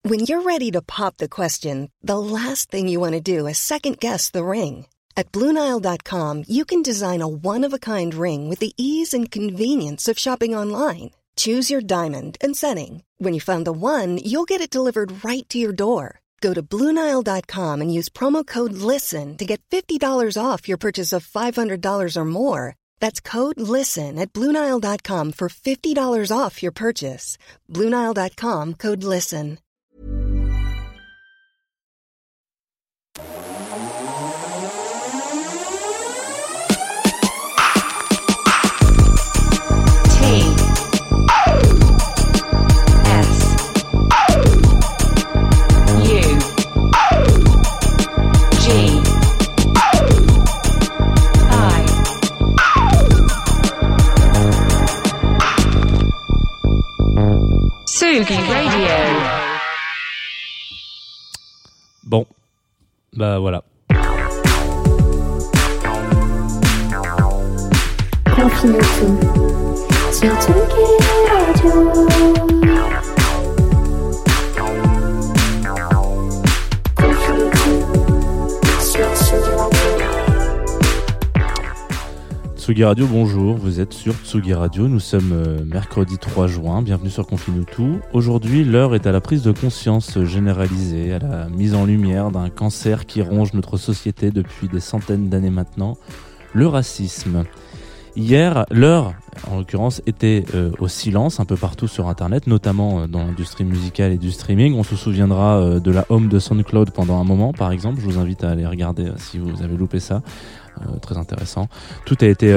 When you're ready to pop the question, the last thing you want to do is second-guess the ring. At BlueNile.com, you can design a one-of-a-kind ring with the ease and convenience of shopping online. Choose your diamond and setting. When you find the one, you'll get it delivered right to your door. Go to BlueNile.com and use promo code LISTEN to get $50 off your purchase of $500 or more. That's code LISTEN at BlueNile.com for $50 off your purchase. BlueNile.com, code LISTEN. Tsugi Radio. Bon, bah voilà. Confine tout sur Tsugi Radio. Confine tout sur Tsugi Radio. Tsugi Radio, bonjour, vous êtes sur Tsugi Radio, nous sommes mercredi 3 juin, bienvenue sur Confine tout. Aujourd'hui, l'heure est à la prise de conscience généralisée, à la mise en lumière d'un cancer qui ronge notre société depuis des centaines d'années maintenant, le racisme. Hier, l'heure, en l'occurrence, était au silence un peu partout sur Internet, notamment dans l'industrie musicale et du streaming. On se souviendra de la home de SoundCloud pendant un moment, par exemple. Je vous invite à aller regarder si vous avez loupé ça. Très intéressant. Tout a été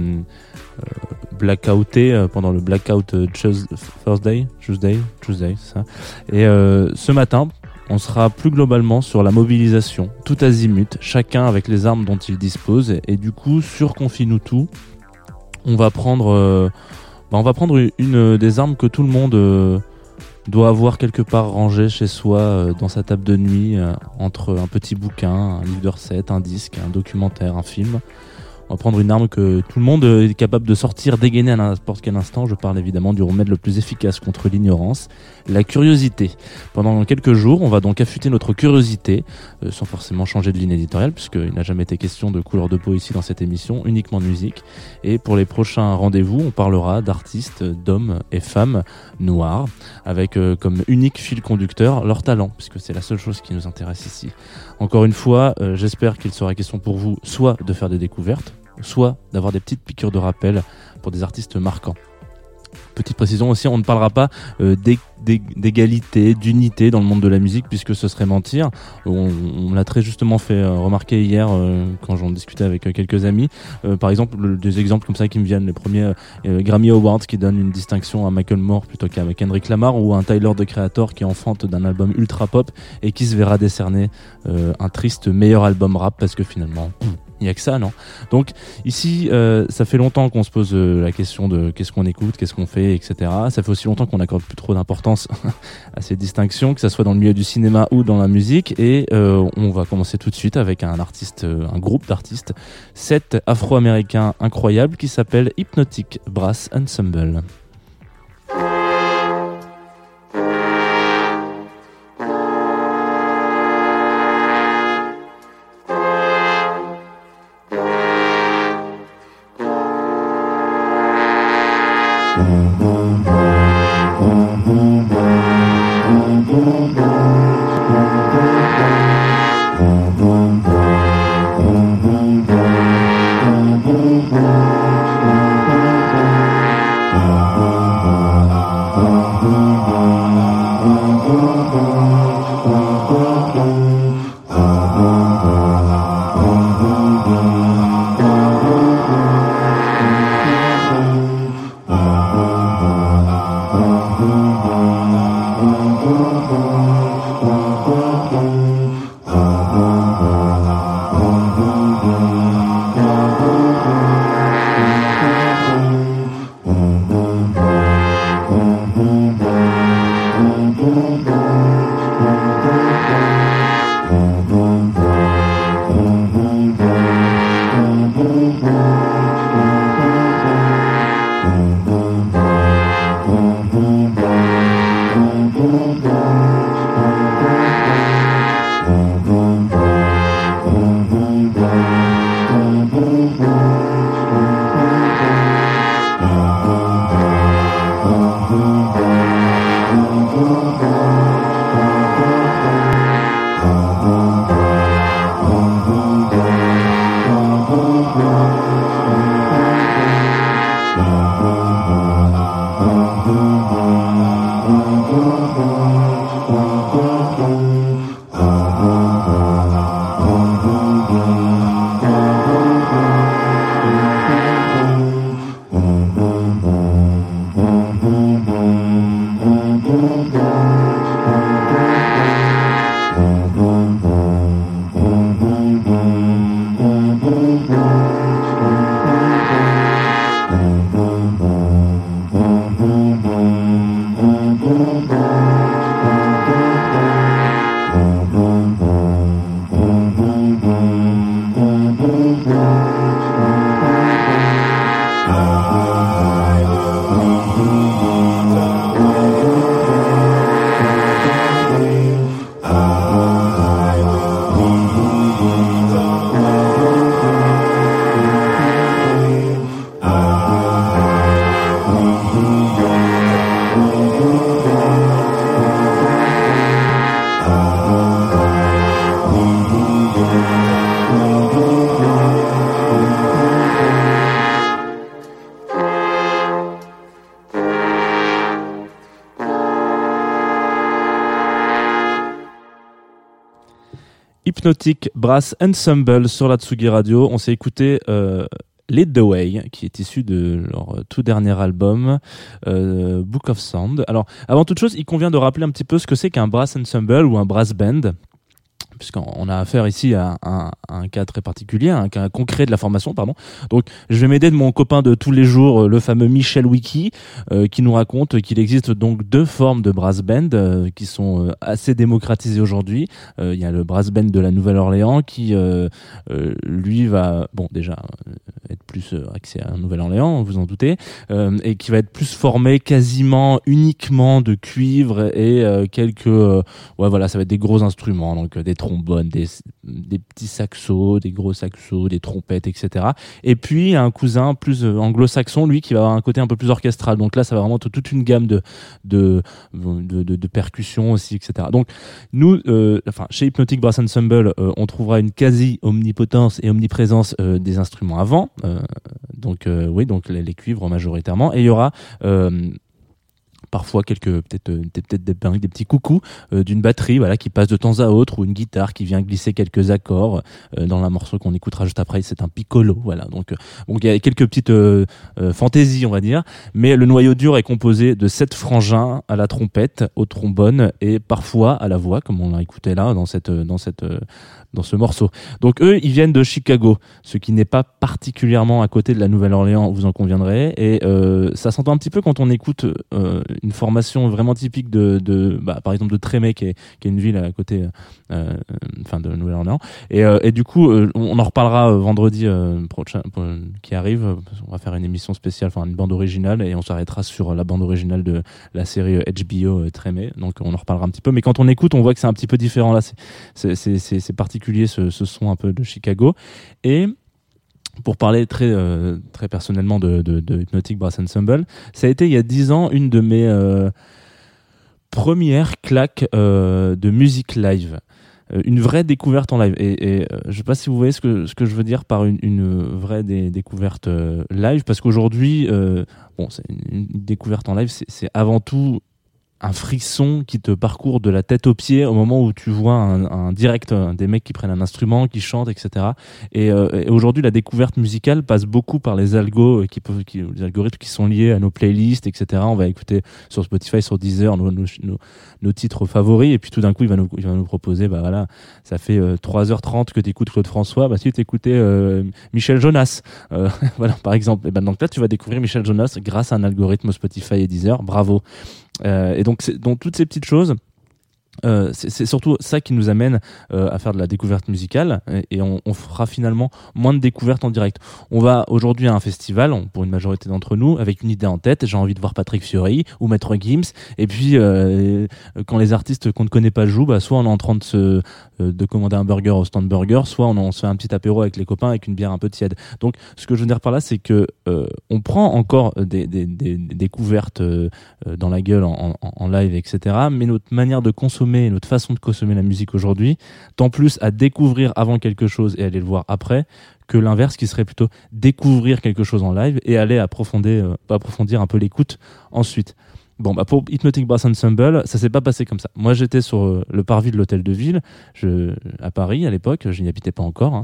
blackouté pendant le blackout Tuesday, c'est ça. Et ce matin, on sera plus globalement sur la mobilisation, tout azimut, chacun avec les armes dont il dispose. Et du coup, sur Confine tout, on va prendre une des armes que tout le monde doit avoir quelque part rangée chez soi dans sa table de nuit, entre un petit bouquin, un livre de recettes, un disque, un documentaire, un film. On va prendre une arme que tout le monde est capable de sortir, dégainer à n'importe quel instant. Je parle évidemment du remède le plus efficace contre l'ignorance, la curiosité. Pendant quelques jours, on va donc affûter notre curiosité, sans forcément changer de ligne éditoriale, puisqu'il n'a jamais été question de couleur de peau ici dans cette émission, uniquement de musique. Et pour les prochains rendez-vous, on parlera d'artistes, d'hommes et femmes noirs, avec comme unique fil conducteur leur talent, puisque c'est la seule chose qui nous intéresse ici. Encore une fois, j'espère qu'il sera question pour vous soit de faire des découvertes, soit d'avoir des petites piqûres de rappel pour des artistes marquants. Petite précision aussi, on ne parlera pas d'égalité, d'unité dans le monde de la musique, puisque ce serait mentir. On l'a très justement fait remarquer hier quand j'en discutais avec quelques amis. Par exemple, des exemples comme ça qui me viennent, les premiers Grammy Awards qui donnent une distinction à Michael Moore plutôt qu'à Kendrick Lamar, ou un Tyler, the Creator qui enfante d'un album ultra pop et qui se verra décerner un triste meilleur album rap, parce que finalement... Il n'y a que ça, non? Donc ici, ça fait longtemps qu'on se pose la question de qu'est-ce qu'on écoute, qu'est-ce qu'on fait, etc. Ça fait aussi longtemps qu'on n'accorde plus trop d'importance à ces distinctions, que ça soit dans le milieu du cinéma ou dans la musique. Et on va commencer tout de suite avec un groupe d'artistes, 7 afro-américains incroyables qui s'appellent Hypnotic Brass Ensemble. Hypnotic Brass Ensemble sur la Tsugi Radio. On s'est écouté Lead the Way, qui est issu de leur tout dernier album, Book of Sound. Alors, avant toute chose, il convient de rappeler un petit peu ce que c'est qu'un brass ensemble ou un brass band, puisqu'on a affaire ici à un cas très particulier, un cas concret de la formation, pardon. Donc, je vais m'aider de mon copain de tous les jours, le fameux Michel Wiki, qui nous raconte qu'il existe donc 2 formes de brass band qui sont assez démocratisées aujourd'hui. Il y a le brass band de la Nouvelle-Orléans qui, lui, va, bon, déjà être plus axé à Nouvelle-Orléans, vous en doutez, et qui va être plus formé quasiment uniquement de cuivre et quelques, ouais, voilà, ça va être des gros instruments, donc des trombones, des petits saxos, des gros saxos, des trompettes, etc. Et puis un cousin plus anglo-saxon, lui, qui va avoir un côté un peu plus orchestral. Donc là, ça va vraiment toute une gamme de percussions aussi, etc. Donc nous, enfin, chez Hypnotic Brass Ensemble, on trouvera une quasi omnipotence et omniprésence des instruments avant. Donc oui, donc les cuivres majoritairement. Et il y aura parfois peut-être des petits coucous d'une batterie, voilà, qui passe de temps à autre, ou une guitare qui vient glisser quelques accords dans la morceau qu'on écoutera juste après. C'est un piccolo, voilà. Donc il y a quelques petites fantaisies, on va dire, mais le noyau dur est composé de 7 frangins à la trompette, au trombone et parfois à la voix, comme on l'a écouté là dans ce morceau. Donc eux, ils viennent de Chicago, ce qui n'est pas particulièrement à côté de la Nouvelle-Orléans, vous en conviendrez, et ça s'entend un petit peu quand on écoute une formation vraiment typique par exemple de Tremé, qui est une ville à côté de Nouvelle-Orléans, et du coup on en reparlera vendredi prochain qui arrive. On va faire une émission spéciale, enfin une bande originale, et on s'arrêtera sur la bande originale de la série HBO Tremé, donc on en reparlera un petit peu, mais quand on écoute on voit que c'est un petit peu différent là, c'est particulier ce son un peu de Chicago. Et pour parler très personnellement de Hypnotic Brass Ensemble, ça a été il y a 10 ans une de mes premières claques de musique live. Une vraie découverte en live. Et je sais pas si vous voyez ce que je veux dire par une vraie découverte live, parce qu'aujourd'hui, c'est une découverte en live, c'est avant tout un frisson qui te parcourt de la tête aux pieds au moment où tu vois un direct, des mecs qui prennent un instrument, qui chantent, etc. Et aujourd'hui, la découverte musicale passe beaucoup par les algos, les algorithmes qui sont liés à nos playlists, etc. On va écouter sur Spotify, sur Deezer, nos titres favoris, et puis tout d'un coup, il va nous proposer, bah voilà, ça fait 3h30 que tu écoutes Claude François, bah si tu écoutais Michel Jonas, voilà, par exemple. Et ben donc là, tu vas découvrir Michel Jonas grâce à un algorithme Spotify et Deezer. Bravo. Et donc toutes ces petites choses, c'est surtout ça qui nous amène à faire de la découverte musicale, et on fera finalement moins de découvertes en direct. On va aujourd'hui à un festival, pour une majorité d'entre nous, avec une idée en tête. J'ai envie de voir Patrick Fiori ou Maître Gims, et puis quand les artistes qu'on ne connaît pas jouent, bah, soit on est en train de commander un burger au stand burger, soit on se fait un petit apéro avec les copains avec une bière un peu tiède. Donc ce que je veux dire par là, c'est que on prend encore des découvertes dans la gueule en live, etc. Mais notre manière de consommer, notre façon de consommer la musique aujourd'hui tend plus à découvrir avant quelque chose et aller le voir après, que l'inverse, qui serait plutôt découvrir quelque chose en live et aller approfondir un peu l'écoute ensuite. Bon, bah pour Hypnotic Brass Ensemble, ça s'est pas passé comme ça. Moi, j'étais sur le parvis de l'hôtel de ville, à Paris à l'époque. Je n'y habitais pas encore,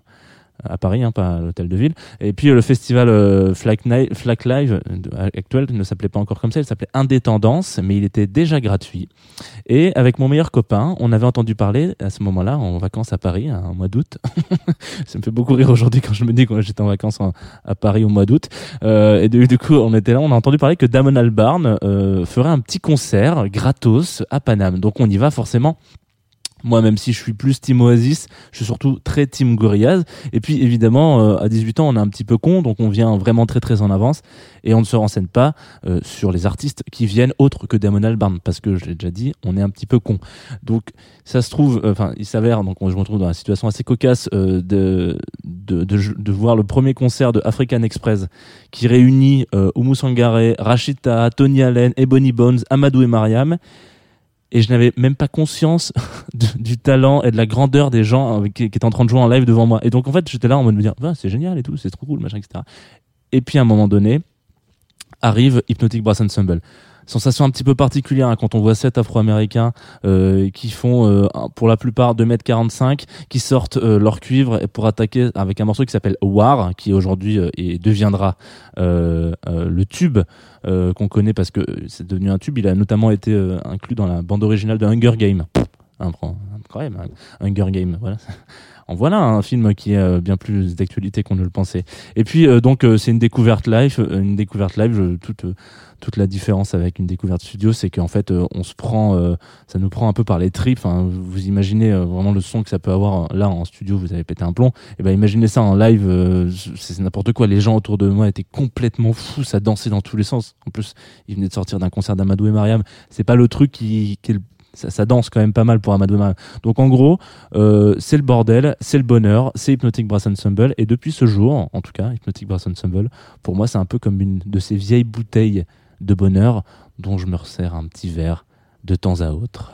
à Paris, pas à l'hôtel de ville. Et puis le festival Flack Live actuel ne s'appelait pas encore comme ça, il s'appelait Indétendance, mais il était déjà gratuit. Et avec mon meilleur copain, on avait entendu parler à ce moment-là, en vacances à Paris, au mois d'août. Ça me fait beaucoup rire aujourd'hui quand je me dis que j'étais en vacances à Paris au mois d'août. Et du coup, on était là, on a entendu parler que Damon Albarn ferait un petit concert gratos à Paname. Donc on y va forcément. Moi, même si je suis plus team Oasis, je suis surtout très team Gorillaz. Et puis, évidemment, à 18 ans, on est un petit peu con, donc on vient vraiment très très en avance, et on ne se renseigne pas sur les artistes qui viennent autres que Damon Albarn, parce que je l'ai déjà dit, on est un petit peu con. Donc, ça se trouve, il s'avère, donc je me retrouve dans une situation assez cocasse de voir le premier concert de African Express qui réunit Oumou Sangaré, Rachida, Tony Allen, Ebony Bones, Amadou et Mariam. Et je n'avais même pas conscience du talent et de la grandeur des gens qui étaient en train de jouer en live devant moi. Et donc, en fait, j'étais là en mode me dire, c'est génial et tout, c'est trop cool, machin, etc. Et puis, à un moment donné, arrive Hypnotic Brass Ensemble. Sensation un petit peu particulière hein, quand on voit 7 Afro-Américains qui font pour la plupart 2m45, qui sortent leur cuivre pour attaquer avec un morceau qui s'appelle War, qui aujourd'hui et deviendra le tube qu'on connaît parce que c'est devenu un tube. Il a notamment été inclus dans la bande originale de Hunger Games. Incroyable, Hunger Games, voilà. En voilà un film qui est bien plus d'actualité qu'on ne le pensait. Et puis donc c'est une découverte live. Toute la différence avec une découverte studio, c'est qu'en fait on se prend, ça nous prend un peu par les tripes. Hein. Vous imaginez vraiment le son que ça peut avoir là en studio, vous avez pété un plomb. Et ben imaginez ça en live, c'est n'importe quoi. Les gens autour de moi étaient complètement fous, ça dansait dans tous les sens. En plus, ils venaient de sortir d'un concert d'Amadou et Mariam. C'est pas le truc qui est ça danse quand même pas mal pour Amadou et Mariam. Donc en gros, c'est le bordel, c'est le bonheur, c'est Hypnotic Brass Ensemble. Et depuis ce jour, en tout cas, Hypnotic Brass Ensemble, pour moi, c'est un peu comme une de ces vieilles bouteilles de bonheur dont je me resserre un petit verre de temps à autre.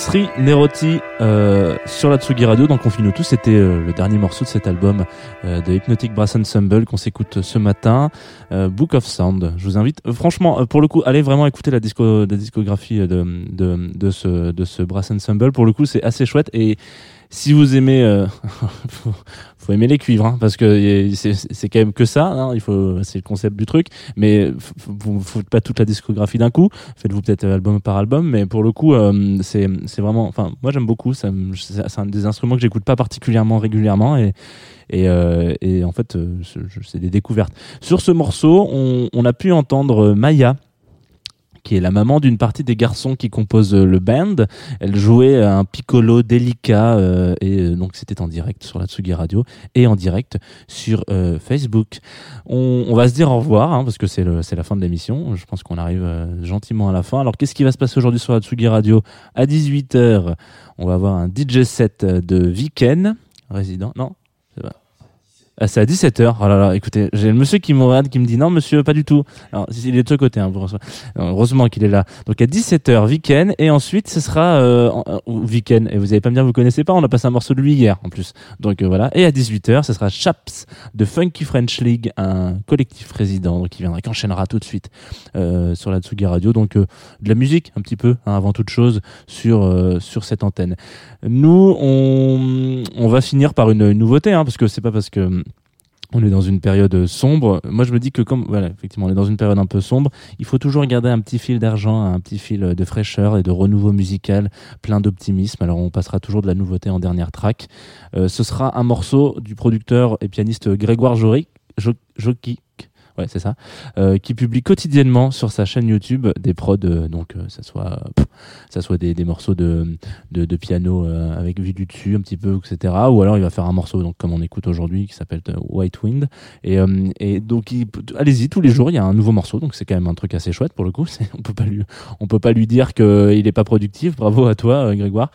Sri Neroti sur la Tsugi Radio dans Confine tous. C'était le dernier morceau de cet album de Hypnotic Brass Ensemble qu'on s'écoute ce matin, Book of Sound. Je vous invite franchement pour le coup allez vraiment écouter la discographie de ce Brass Ensemble. Pour le coup c'est assez chouette et si vous aimez faut aimer les cuivres hein, parce que c'est quand même que ça hein, c'est le concept du truc, mais vous faites pas toute la discographie d'un coup, faites-vous peut-être album par album, mais pour le coup c'est vraiment, enfin moi j'aime beaucoup, c'est un des instruments que j'écoute pas particulièrement régulièrement et en fait c'est des découvertes. Sur ce morceau on a pu entendre Maya, qui est la maman d'une partie des garçons qui composent le band. Elle jouait un piccolo délicat et donc c'était en direct sur la Tsugi Radio et en direct sur Facebook. On va se dire au revoir hein, parce que c'est la fin de l'émission. Je pense qu'on arrive gentiment à la fin. Alors qu'est-ce qui va se passer aujourd'hui sur la Tsugi Radio? À 18h, on va avoir un DJ set de Viken, résident. Non, c'est pas. Ah, c'est à 17h. Oh là là, écoutez, j'ai le monsieur qui me regarde, qui me dit non, monsieur, pas du tout. Alors, il est de ce côté, hein, heureusement qu'il est là. Donc, à 17h, Viken, et ensuite, ce sera, Viken. Et vous allez pas me dire, vous connaissez pas, on a passé un morceau de lui hier, en plus. Donc, voilà. Et à 18h, ce sera Chaps de Funky French League, un collectif résident, donc, qui viendra, qui enchaînera tout de suite, sur la Tsugi Radio. Donc, de la musique, un petit peu, hein, avant toute chose, sur cette antenne. Nous, on va finir par une nouveauté, hein, parce que c'est pas parce que on est dans une période sombre. Moi, je me dis que comme, voilà, effectivement, on est dans une période un peu sombre, il faut toujours garder un petit fil d'argent, un petit fil de fraîcheur et de renouveau musical, plein d'optimisme. Alors, on passera toujours de la nouveauté en dernière track. Ce sera un morceau du producteur et pianiste Grégoire Jokic. Ouais, c'est ça. Qui publie quotidiennement sur sa chaîne YouTube des prods, donc ça soit des morceaux de piano avec vue du dessus un petit peu, etc. Ou alors il va faire un morceau, donc comme on écoute aujourd'hui, qui s'appelle White Wind. Et donc allez-y, tous les jours il y a un nouveau morceau, donc c'est quand même un truc assez chouette pour le coup. On peut pas lui dire qu'il est pas productif. Bravo à toi, Grégoire.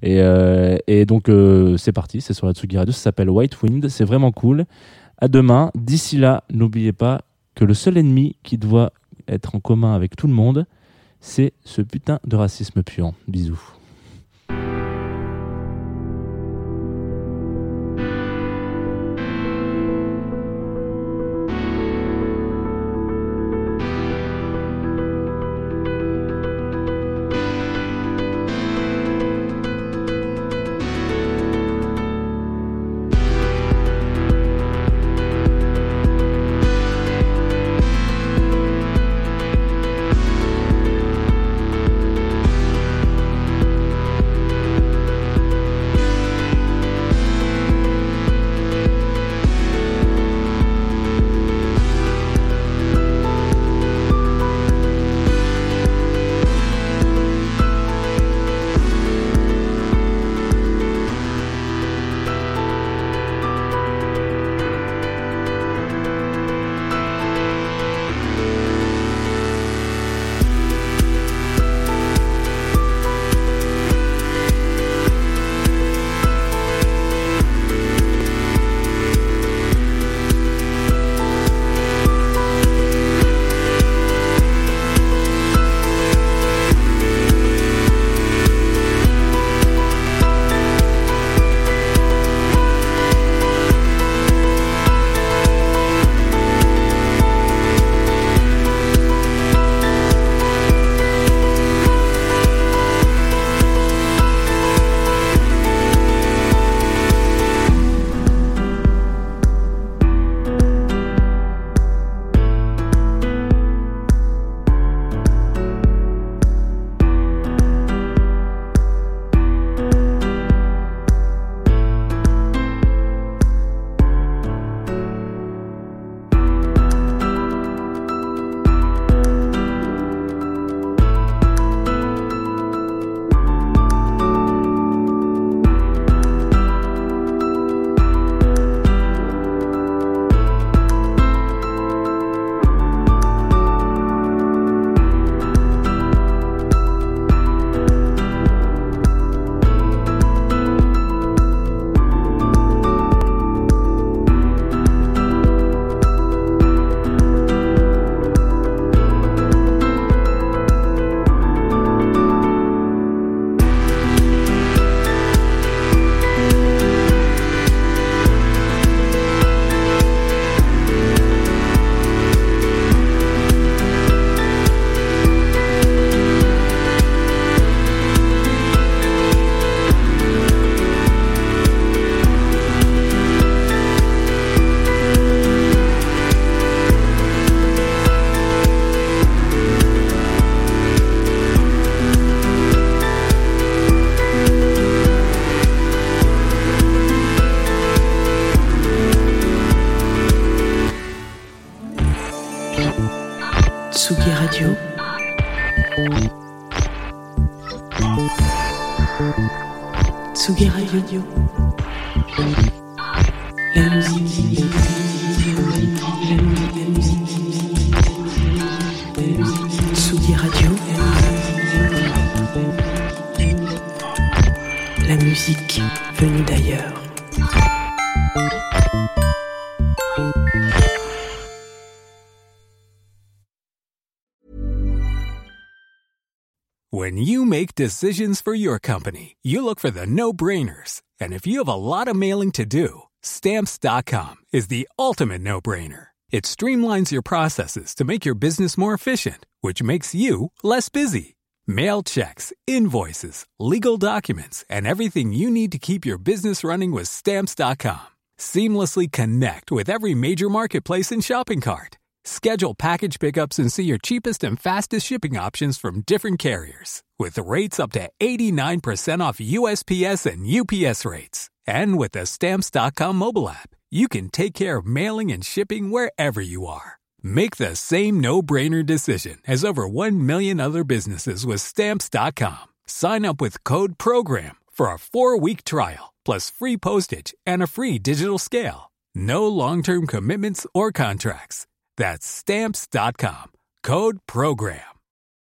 Et donc c'est parti, c'est sur la Tsugi Radio. Ça s'appelle White Wind. C'est vraiment cool. À demain. D'ici là, n'oubliez pas que le seul ennemi qui doit être en commun avec tout le monde, c'est ce putain de racisme puant. Bisous. Tsugi Radio. Tsugi Radio. La musique. Tsugi Radio. La musique venue d'ailleurs. When you make decisions for your company, you look for the no-brainers. And if you have a lot of mailing to do, Stamps.com is the ultimate no-brainer. It streamlines your processes to make your business more efficient, which makes you less busy. Mail checks, invoices, legal documents, and everything you need to keep your business running with Stamps.com. Seamlessly connect with every major marketplace and shopping cart. Schedule package pickups and see your cheapest and fastest shipping options from different carriers. With rates up to 89% off USPS and UPS rates. And with the Stamps.com mobile app, you can take care of mailing and shipping wherever you are. Make the same no-brainer decision as over 1 million other businesses with Stamps.com. Sign up with code PROGRAM for a 4-week trial, plus free postage and a free digital scale. No long-term commitments or contracts. That's Stamps.com. Code PROGRAM.